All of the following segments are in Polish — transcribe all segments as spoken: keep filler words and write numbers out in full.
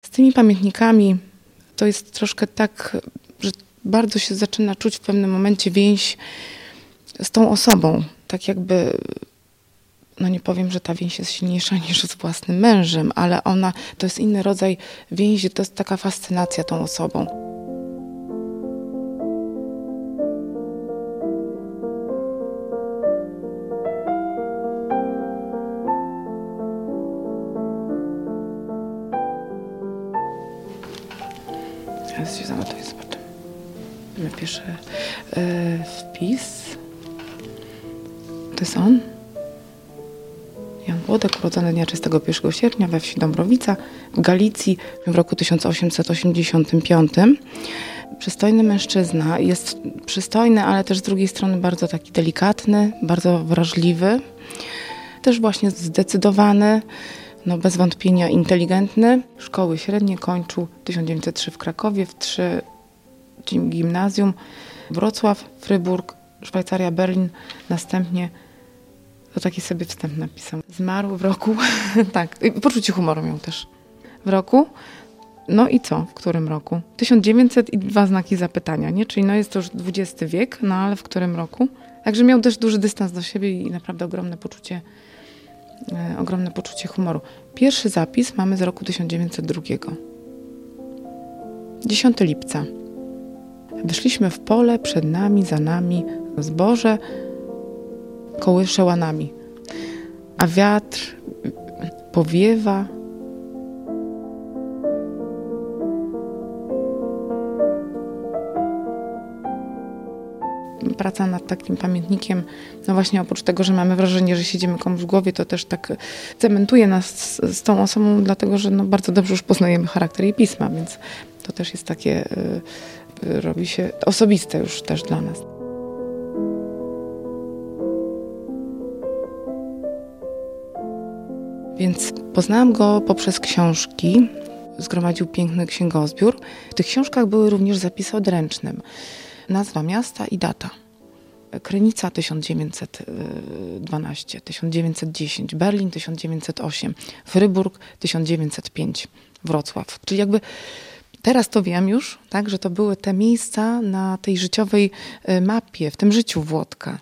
Z tymi pamiętnikami to jest troszkę tak, że bardzo się zaczyna czuć w pewnym momencie więź z tą osobą. Tak jakby, no nie powiem, że ta więź jest silniejsza niż z własnym mężem, ale ona, to jest inny rodzaj więzi, to jest taka fascynacja tą osobą. Teraz się zanotuję, zobaczę. Napiszę yy, wpis. To jest on. Jan Włodek, urodzony dnia trzydziestego pierwszego sierpnia we wsi Dąbrowica w Galicji w roku tysiąc osiemset osiemdziesiątym piątym. Przystojny mężczyzna. Jest przystojny, ale też z drugiej strony bardzo taki delikatny, bardzo wrażliwy. Też właśnie zdecydowany, no bez wątpienia inteligentny. Szkoły średnie kończył tysiąc dziewięćset trzy w Krakowie, w trzy gimnazjum, Wrocław, Fryburg, Szwajcaria, Berlin, następnie, to taki sobie wstęp napisał. Zmarł w roku, tak, poczucie humoru miał też. W roku, no i co, w którym roku? tysiąc dziewięćset i dwa znaki zapytania, nie? Czyli no jest to już dwudziesty wiek, no ale w którym roku? Także miał też duży dystans do siebie i naprawdę ogromne poczucie, e, ogromne poczucie humoru. Pierwszy zapis mamy z roku tysiąc dziewięćset drugiego. dziesiątego lipca. Wyszliśmy w pole, przed nami, za nami, zboże kołysze łanami, a wiatr powiewa. Praca nad takim pamiętnikiem, no właśnie oprócz tego, że mamy wrażenie, że siedzimy komuś w głowie, to też tak cementuje nas z, z tą osobą, dlatego że no bardzo dobrze już poznajemy charakter jej pisma, więc to też jest takie, y, robi się osobiste już też dla nas. Więc poznałam go poprzez książki, zgromadził piękny księgozbiór. W tych książkach były również zapisy odręczne. Nazwa miasta i data. Krynica tysiąc dziewięćset dwanaście, tysiąc dziewięćset dziesięć, Berlin tysiąc dziewięćset osiem, Fryburg tysiąc dziewięćset pięć, Wrocław. Czyli jakby teraz to wiem już, tak, że to były te miejsca na tej życiowej mapie, w tym życiu Włodka.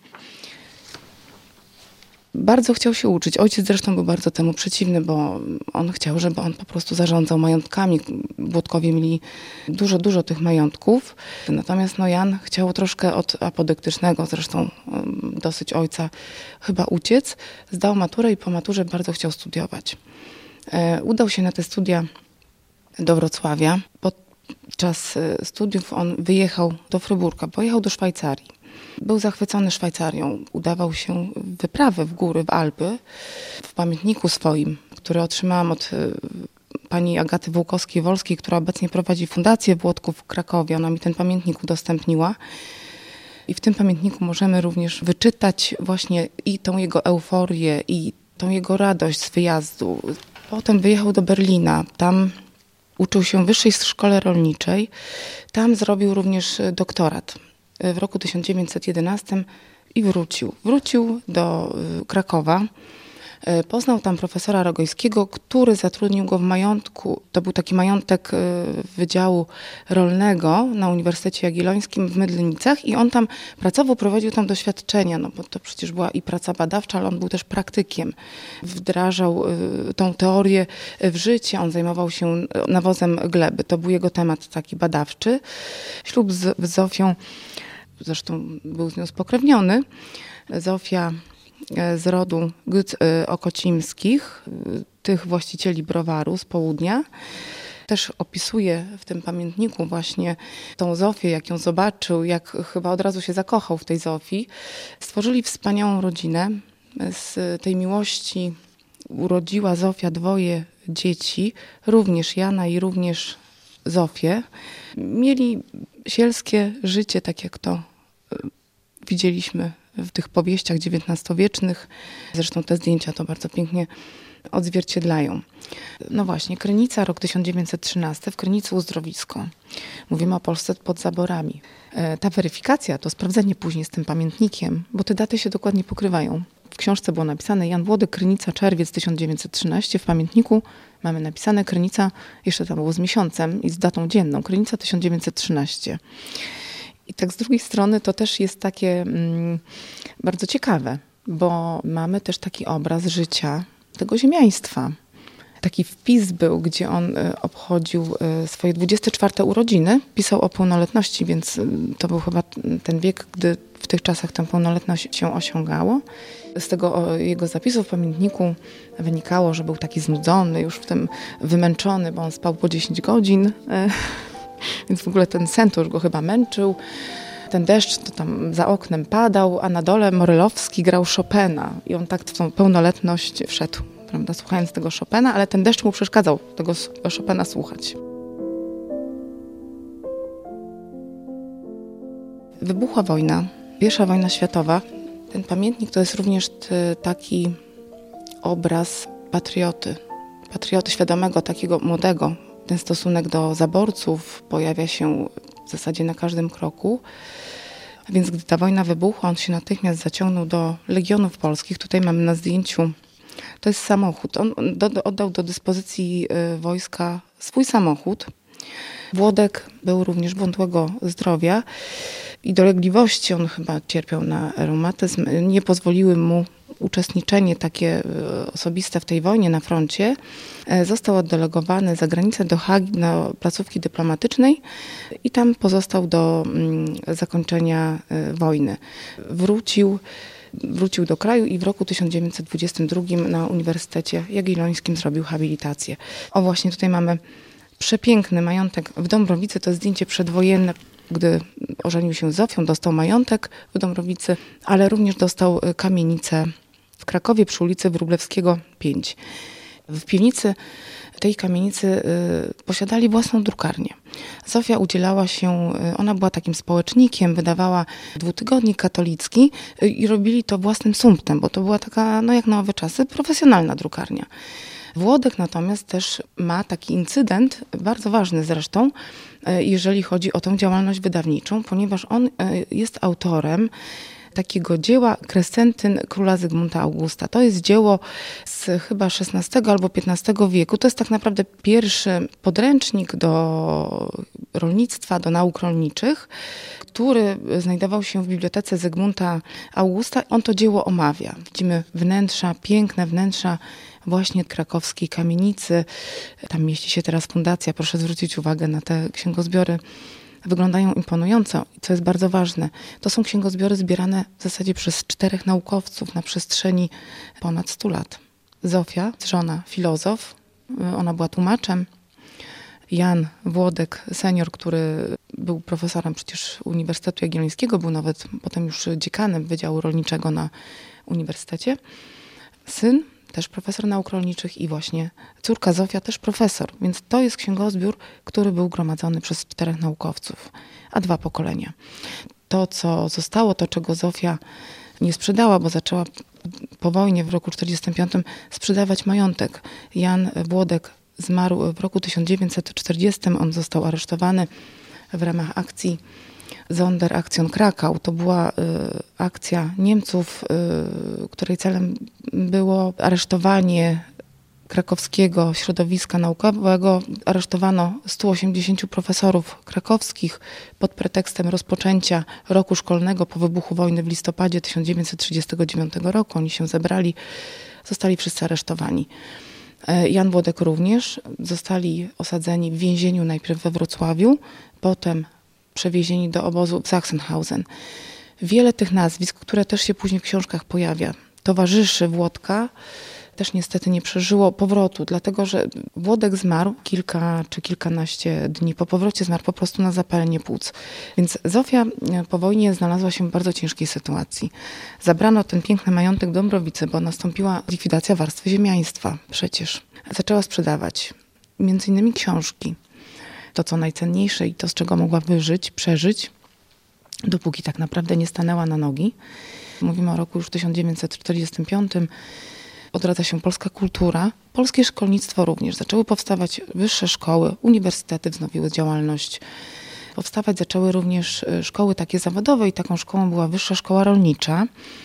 Bardzo chciał się uczyć. Ojciec zresztą był bardzo temu przeciwny, bo on chciał, żeby on po prostu zarządzał majątkami. Włodkowie mieli dużo, dużo tych majątków. Natomiast no, Jan chciał troszkę od apodyktycznego, zresztą dosyć ojca, chyba uciec. Zdał maturę i po maturze bardzo chciał studiować. E, udał się na te studia do Wrocławia. Podczas studiów on wyjechał do Fryburga, pojechał do Szwajcarii. Był zachwycony Szwajcarią. Udawał się w wyprawę w góry, w Alpy. W pamiętniku swoim, który otrzymałam od pani Agaty Wołkowskiej-Wolskiej, która obecnie prowadzi Fundację Włodków w Krakowie. Ona mi ten pamiętnik udostępniła. I w tym pamiętniku możemy również wyczytać właśnie i tą jego euforię, i tą jego radość z wyjazdu. Potem wyjechał do Berlina. Tam uczył się w Wyższej Szkole Rolniczej. Tam zrobił również doktorat w roku tysiąc dziewięćset jedenastym i wrócił. Wrócił do Krakowa. Poznał tam profesora Rogojskiego, który zatrudnił go w majątku. To był taki majątek Wydziału Rolnego na Uniwersytecie Jagiellońskim w Mydlinicach i on tam pracował, prowadził tam doświadczenia, no bo to przecież była i praca badawcza, ale on był też praktykiem. Wdrażał tą teorię w życie, on zajmował się nawozem gleby. To był jego temat taki badawczy. Ślub z, z Zofią, zresztą był z nią spokrewniony. Zofia z rodu Okocimskich, tych właścicieli browaru z południa. Też opisuje w tym pamiętniku właśnie tą Zofię, jak ją zobaczył, jak chyba od razu się zakochał w tej Zofii. Stworzyli wspaniałą rodzinę. Z tej miłości urodziła Zofia dwoje dzieci, również Jana i również Zofię. Mieli sielskie życie, tak jak to widzieliśmy w tych powieściach dziewiętnastowiecznych. Zresztą te zdjęcia to bardzo pięknie odzwierciedlają. No właśnie, Krynica, rok tysiąc dziewięćset trzynasty, w Krynicy uzdrowisko. Mówimy o Polsce pod zaborami. Ta weryfikacja, to sprawdzenie później z tym pamiętnikiem, bo te daty się dokładnie pokrywają. w książce było napisane Jan Włodek, Krynica, czerwiec tysiąc dziewięćset trzynaście. W pamiętniku mamy napisane Krynica, jeszcze tam było z miesiącem i z datą dzienną, Krynica tysiąc dziewięćset trzynaście. I tak z drugiej strony to też jest takie mm, bardzo ciekawe, bo mamy też taki obraz życia tego ziemiaństwa. Taki wpis był, gdzie on obchodził swoje dwudzieste czwarte urodziny. Pisał o pełnoletności, więc to był chyba ten wiek, gdy w tych czasach tę pełnoletność się osiągało. Z tego jego zapisu w pamiętniku wynikało, że był taki znudzony, już w tym wymęczony, bo on spał po dziesięć godzin. Więc w ogóle ten sen to już go chyba męczył. Ten deszcz to tam za oknem padał, a na dole Morelowski grał Chopina. I on tak w tą pełnoletność wszedł, prawda, słuchając tego Chopina, ale ten deszcz mu przeszkadzał tego Chopina słuchać. Wybuchła wojna, pierwsza wojna światowa. Ten pamiętnik to jest również taki obraz patrioty. Patrioty świadomego, takiego młodego. Ten stosunek do zaborców pojawia się w zasadzie na każdym kroku. Więc gdy ta wojna wybuchła, on się natychmiast zaciągnął do Legionów Polskich. Tutaj mamy na zdjęciu, to jest samochód. On do, do, oddał do dyspozycji y, wojska swój samochód. Włodek był również wątłego zdrowia i dolegliwości, on chyba cierpiał na reumatyzm, nie pozwoliły mu uczestniczenie takie osobiste w tej wojnie na froncie. Został oddelegowany za granicę do Hagi, do placówki dyplomatycznej i tam pozostał do zakończenia wojny. Wrócił, wrócił do kraju i w roku tysiąc dziewięćset dwudziestym drugim na Uniwersytecie Jagiellońskim zrobił habilitację. O, właśnie tutaj mamy przepiękny majątek w Dąbrowicy, to jest zdjęcie przedwojenne, gdy ożenił się z Zofią, dostał majątek w Dąbrowicy, ale również dostał kamienicę w Krakowie przy ulicy Wróblewskiego pięć. W piwnicy tej kamienicy y, posiadali własną drukarnię. Zofia udzielała się, y, ona była takim społecznikiem, wydawała dwutygodnik katolicki y, i robili to własnym sumptem, bo to była taka, no jak na owe czasy, profesjonalna drukarnia. Włodek natomiast też ma taki incydent, bardzo ważny zresztą, jeżeli chodzi o tę działalność wydawniczą, ponieważ on jest autorem takiego dzieła Krescentyn króla Zygmunta Augusta. To jest dzieło z chyba szesnastego albo piętnastego wieku. To jest tak naprawdę pierwszy podręcznik do rolnictwa, do nauk rolniczych, który znajdował się w bibliotece Zygmunta Augusta. On to dzieło omawia. Widzimy wnętrza, piękne wnętrza właśnie krakowskiej kamienicy. Tam mieści się teraz fundacja. Proszę zwrócić uwagę na te księgozbiory. Wyglądają imponująco i co jest bardzo ważne, to są księgozbiory zbierane w zasadzie przez czterech naukowców na przestrzeni ponad stu lat. Zofia, żona, filozof, ona była tłumaczem. Jan Włodek, senior, który był profesorem przecież Uniwersytetu Jagiellońskiego, był nawet potem już dziekanem Wydziału Rolniczego na uniwersytecie. Syn, też profesor nauk rolniczych i właśnie córka Zofia, też profesor. Więc to jest księgozbiór, który był gromadzony przez czterech naukowców, a dwa pokolenia. To, co zostało, to czego Zofia nie sprzedała, bo zaczęła po wojnie w roku czterdziestym piątym sprzedawać majątek. Jan Włodek zmarł w roku tysiąc dziewięćset czterdziestym. On został aresztowany w ramach akcji Sonderaktion Krakau. To była y, akcja Niemców, y, której celem było aresztowanie krakowskiego środowiska naukowego. Aresztowano stu osiemdziesięciu profesorów krakowskich pod pretekstem rozpoczęcia roku szkolnego po wybuchu wojny w listopadzie tysiąc dziewięćset trzydziestego dziewiątego roku. Oni się zebrali, zostali wszyscy aresztowani. Jan Włodek również. Zostali osadzeni w więzieniu najpierw we Wrocławiu, potem przewiezieni do obozu w Sachsenhausen. Wiele tych nazwisk, które też się później w książkach pojawia, towarzyszy Włodka, też niestety nie przeżyło powrotu, dlatego że Włodek zmarł kilka czy kilkanaście dni po powrocie, zmarł po prostu na zapalenie płuc. Więc Zofia po wojnie znalazła się w bardzo ciężkiej sytuacji. Zabrano ten piękny majątek Dąbrowicy, bo nastąpiła likwidacja warstwy ziemiaństwa przecież. Zaczęła sprzedawać między innymi książki. To, co najcenniejsze i to, z czego mogła wyżyć, przeżyć, dopóki tak naprawdę nie stanęła na nogi. Mówimy o roku już tysiąc dziewięćset czterdziestym piątym. Odradza się polska kultura, polskie szkolnictwo również. Zaczęły powstawać wyższe szkoły, uniwersytety wznowiły działalność. Powstawać zaczęły również szkoły takie zawodowe i taką szkołą była Wyższa Szkoła Rolnicza.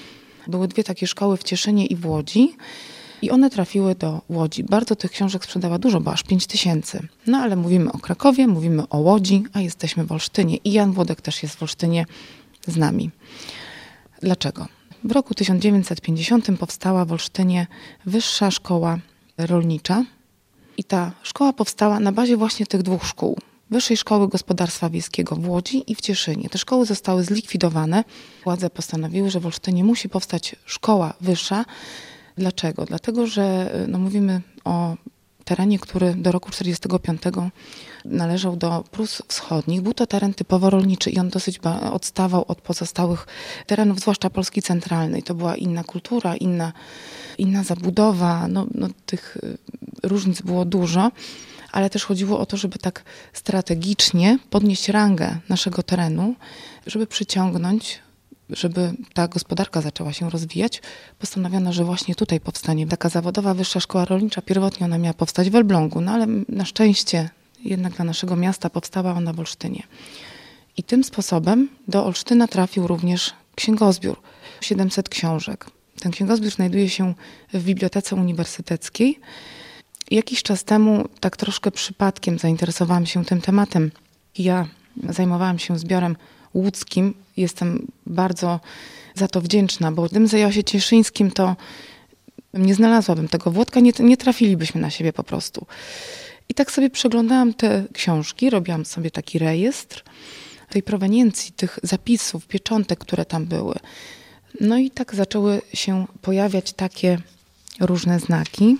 Były dwie takie szkoły w Cieszynie i w Łodzi. I one trafiły do Łodzi. Bardzo tych książek sprzedała dużo, bo aż pięć tysięcy. No ale mówimy o Krakowie, mówimy o Łodzi, a jesteśmy w Olsztynie. I Jan Włodek też jest w Olsztynie z nami. Dlaczego? W roku tysiąc dziewięćset pięćdziesiątym powstała w Olsztynie Wyższa Szkoła Rolnicza. I ta szkoła powstała na bazie właśnie tych dwóch szkół. Wyższej Szkoły Gospodarstwa Wiejskiego w Łodzi i w Cieszynie. Te szkoły zostały zlikwidowane. Władze postanowiły, że w Olsztynie musi powstać szkoła wyższa. Dlaczego? Dlatego, że no, mówimy o terenie, który do roku czterdziestego piątego należał do Prus Wschodnich. Był to teren typowo rolniczy i on dosyć odstawał od pozostałych terenów, zwłaszcza Polski centralnej. To była inna kultura, inna, inna zabudowa. No, no, tych różnic było dużo, ale też chodziło o to, żeby tak strategicznie podnieść rangę naszego terenu, żeby przyciągnąć, żeby ta gospodarka zaczęła się rozwijać, postanowiono, że właśnie tutaj powstanie taka zawodowa Wyższa Szkoła Rolnicza. Pierwotnie ona miała powstać w Elblągu, no ale na szczęście jednak dla naszego miasta powstała ona w Olsztynie. I tym sposobem do Olsztyna trafił również księgozbiór. siedemset książek. Ten księgozbiór znajduje się w Bibliotece Uniwersyteckiej. Jakiś czas temu tak troszkę przypadkiem zainteresowałam się tym tematem. Ja zajmowałam się zbiorem łódzkim. Jestem bardzo za to wdzięczna, bo gdybym zajęła się cieszyńskim, to nie znalazłabym tego Włodka, nie, nie trafilibyśmy na siebie po prostu. I tak sobie przeglądałam te książki, robiłam sobie taki rejestr tej proweniencji, tych zapisów, pieczątek, które tam były. No i tak zaczęły się pojawiać takie różne znaki.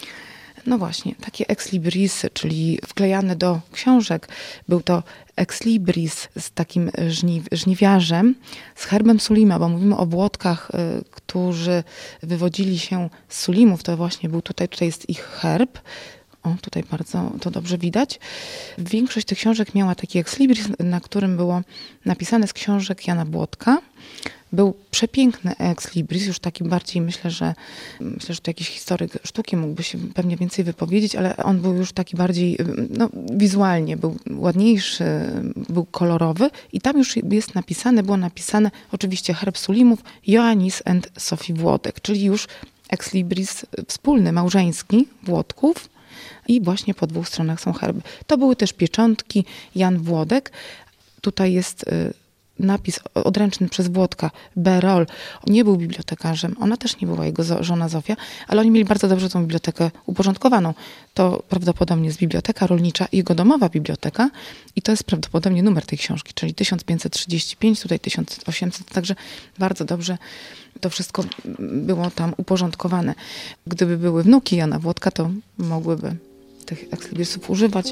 No właśnie, takie ex-librisy, czyli wklejane do książek. Był to ex-libris z takim żni żniwiarzem, z herbem Sulima, bo mówimy o Włodkach, y, którzy wywodzili się z Sulimów. To właśnie był tutaj, tutaj jest ich herb. O, tutaj bardzo to dobrze widać. Większość tych książek miała taki ex-libris, na którym było napisane z książek Jana Włodka. Był przepiękny ex-libris, już taki bardziej, myślę, że myślę, że to jakiś historyk sztuki mógłby się pewnie więcej wypowiedzieć, ale on był już taki bardziej, no, wizualnie był ładniejszy, był kolorowy i tam już jest napisane, było napisane oczywiście herb Sulimów, Ioannis and Sofii Włodek, czyli już ex-libris wspólny, małżeński Włodków i właśnie po dwóch stronach są herby. To były też pieczątki Jan Włodek. Tutaj jest napis odręczny przez Włodka, Berol. Nie był bibliotekarzem, ona też nie była, jego żona Zofia, ale oni mieli bardzo dobrze tą bibliotekę uporządkowaną. To prawdopodobnie jest biblioteka rolnicza, jego domowa biblioteka i to jest prawdopodobnie numer tej książki, czyli tysiąc pięćset trzydzieści pięć, tutaj tysiąc osiemset, także bardzo dobrze to wszystko było tam uporządkowane. Gdyby były wnuki Jana Włodka, to mogłyby tych ekslibrisów używać.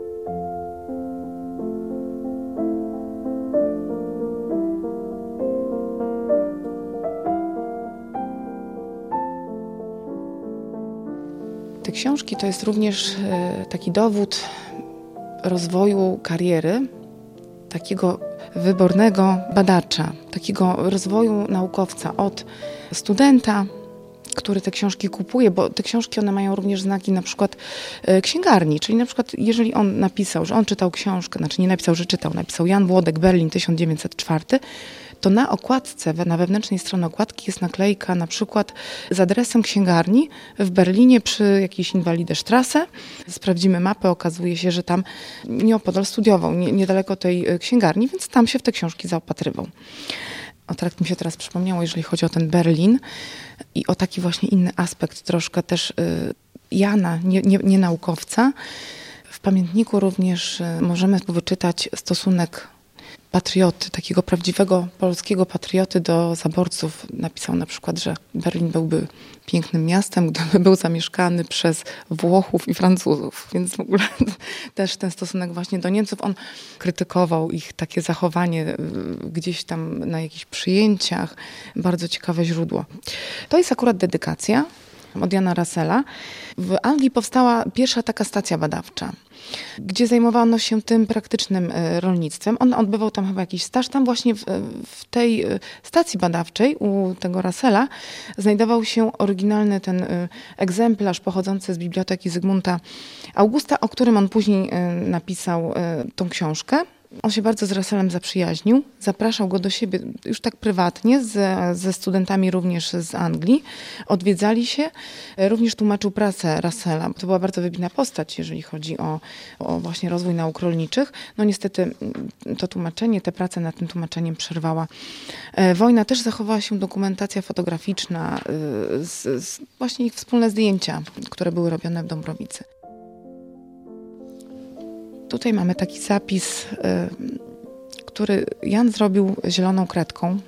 Te książki to jest również taki dowód rozwoju kariery takiego wybornego badacza, takiego rozwoju naukowca od studenta, który te książki kupuje, bo te książki one mają również znaki na przykład księgarni, czyli na przykład jeżeli on napisał, że on czytał książkę, znaczy nie napisał, że czytał, napisał Jan Włodek, Berlin, tysiąc dziewięćset cztery, to na okładce, na wewnętrznej stronie okładki jest naklejka na przykład z adresem księgarni w Berlinie przy jakiejś Invalidestrasse. Sprawdzimy mapę, okazuje się, że tam nieopodal studiował, nie, niedaleko tej księgarni, więc tam się w te książki zaopatrywał. O, tak mi się teraz przypomniało, jeżeli chodzi o ten Berlin i o taki właśnie inny aspekt troszkę też y, Jana, nie, nie, nie naukowca. W pamiętniku również y, możemy wyczytać stosunek patrioty, takiego prawdziwego polskiego patrioty do zaborców. Napisał na przykład, że Berlin byłby pięknym miastem, gdyby był zamieszkany przez Włochów i Francuzów. Więc w ogóle też ten stosunek właśnie do Niemców, on krytykował ich takie zachowanie gdzieś tam na jakichś przyjęciach. Bardzo ciekawe źródło. To jest akurat dedykacja od Jana Russella. W Anglii powstała pierwsza taka stacja badawcza, gdzie zajmowano się tym praktycznym rolnictwem. On odbywał tam chyba jakiś staż. Tam właśnie w, w tej stacji badawczej u tego Russella znajdował się oryginalny ten egzemplarz pochodzący z biblioteki Zygmunta Augusta, o którym on później napisał tą książkę. On się bardzo z Russellem zaprzyjaźnił, zapraszał go do siebie już tak prywatnie, ze, ze studentami również z Anglii. Odwiedzali się, również tłumaczył pracę Russella. To była bardzo wybitna postać, jeżeli chodzi o, o właśnie rozwój nauk rolniczych. No niestety to tłumaczenie, te prace nad tym tłumaczeniem przerwała wojna. Też zachowała się dokumentacja fotograficzna, z, z właśnie ich wspólne zdjęcia, które były robione w Dąbrowicy. Tutaj mamy taki zapis, który Jan zrobił zieloną kredką.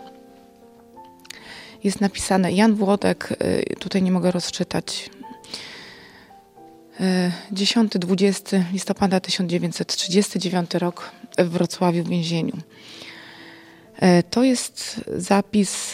Jest napisane Jan Włodek, tutaj nie mogę rozczytać, dziesiątego do dwudziestego listopada tysiąc dziewięćset trzydziesty dziewiąty rok w Wrocławiu w więzieniu. To jest zapis,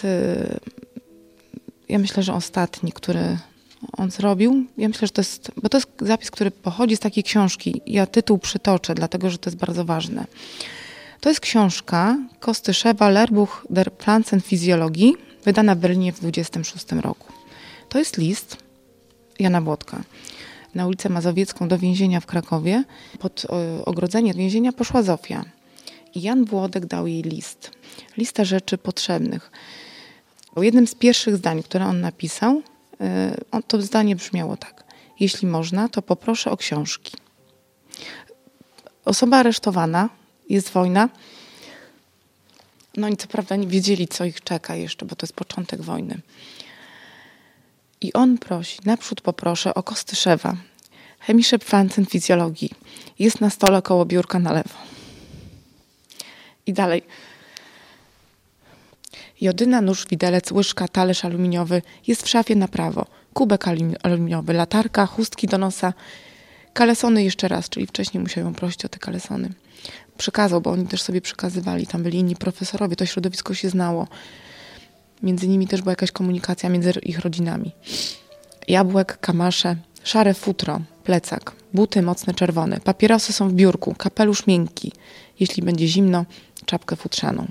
ja myślę, że ostatni, który on zrobił. Ja myślę, że to jest, bo to jest zapis, który pochodzi z takiej książki. Ja tytuł przytoczę, dlatego że to jest bardzo ważne. To jest książka Kostyszewa Lehrbuch der Pflanzenphysiologii, wydana w Berlinie w dwudziestym szóstym roku. To jest list Jana Włodka. Na ulicę Mazowiecką do więzienia w Krakowie. Pod ogrodzenie więzienia poszła Zofia. I Jan Włodek dał jej list. Listę rzeczy potrzebnych. Bo jednym z pierwszych zdań, które on napisał, to zdanie brzmiało tak. Jeśli można, to poproszę o książki. Osoba aresztowana, jest wojna. No i co prawda nie wiedzieli, co ich czeka jeszcze, bo to jest początek wojny. I on prosi, naprzód poproszę o Kostyszewa. Chemische Pflanzenphysiologii. Jest na stole koło biurka na lewo. I dalej. Jodyna, nóż, widelec, łyżka, talerz aluminiowy jest w szafie na prawo. Kubek aluminiowy, latarka, chustki do nosa. Kalesony jeszcze raz, czyli wcześniej musiał ją prosić o te kalesony. Przekazał, bo oni też sobie przekazywali. Tam byli inni profesorowie, to środowisko się znało. Między nimi też była jakaś komunikacja między ich rodzinami. Jabłek, kamasze, szare futro, plecak, buty mocne czerwone, papierosy są w biurku, kapelusz miękki. Jeśli będzie zimno, czapkę futrzaną.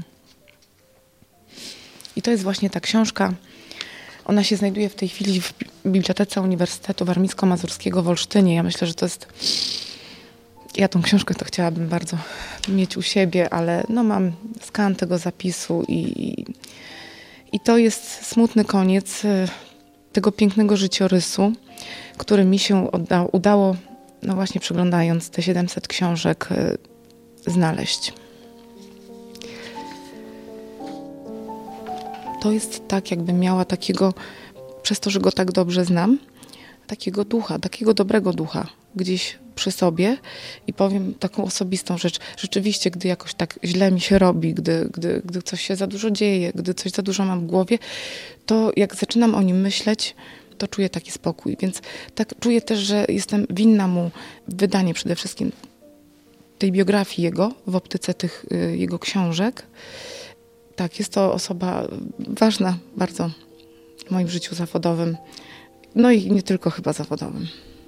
I to jest właśnie ta książka. Ona się znajduje w tej chwili w Bibliotece Uniwersytetu Warmińsko-Mazurskiego w Olsztynie. Ja myślę, że to jest... Ja tą książkę to chciałabym bardzo mieć u siebie, ale no mam skan tego zapisu i, i to jest smutny koniec tego pięknego życiorysu, który mi się odda- udało, no właśnie przeglądając te siedemset książek, znaleźć. To jest tak, jakbym miała takiego, przez to, że go tak dobrze znam, takiego ducha, takiego dobrego ducha gdzieś przy sobie i powiem taką osobistą rzecz. Rzeczywiście, gdy jakoś tak źle mi się robi, gdy, gdy, gdy coś się za dużo dzieje, gdy coś za dużo mam w głowie, to jak zaczynam o nim myśleć, to czuję taki spokój. Więc tak czuję też, że jestem winna mu wydanie przede wszystkim tej biografii jego w optyce tych y, jego książek. Tak, jest to osoba ważna bardzo w moim życiu zawodowym, no i nie tylko chyba zawodowym.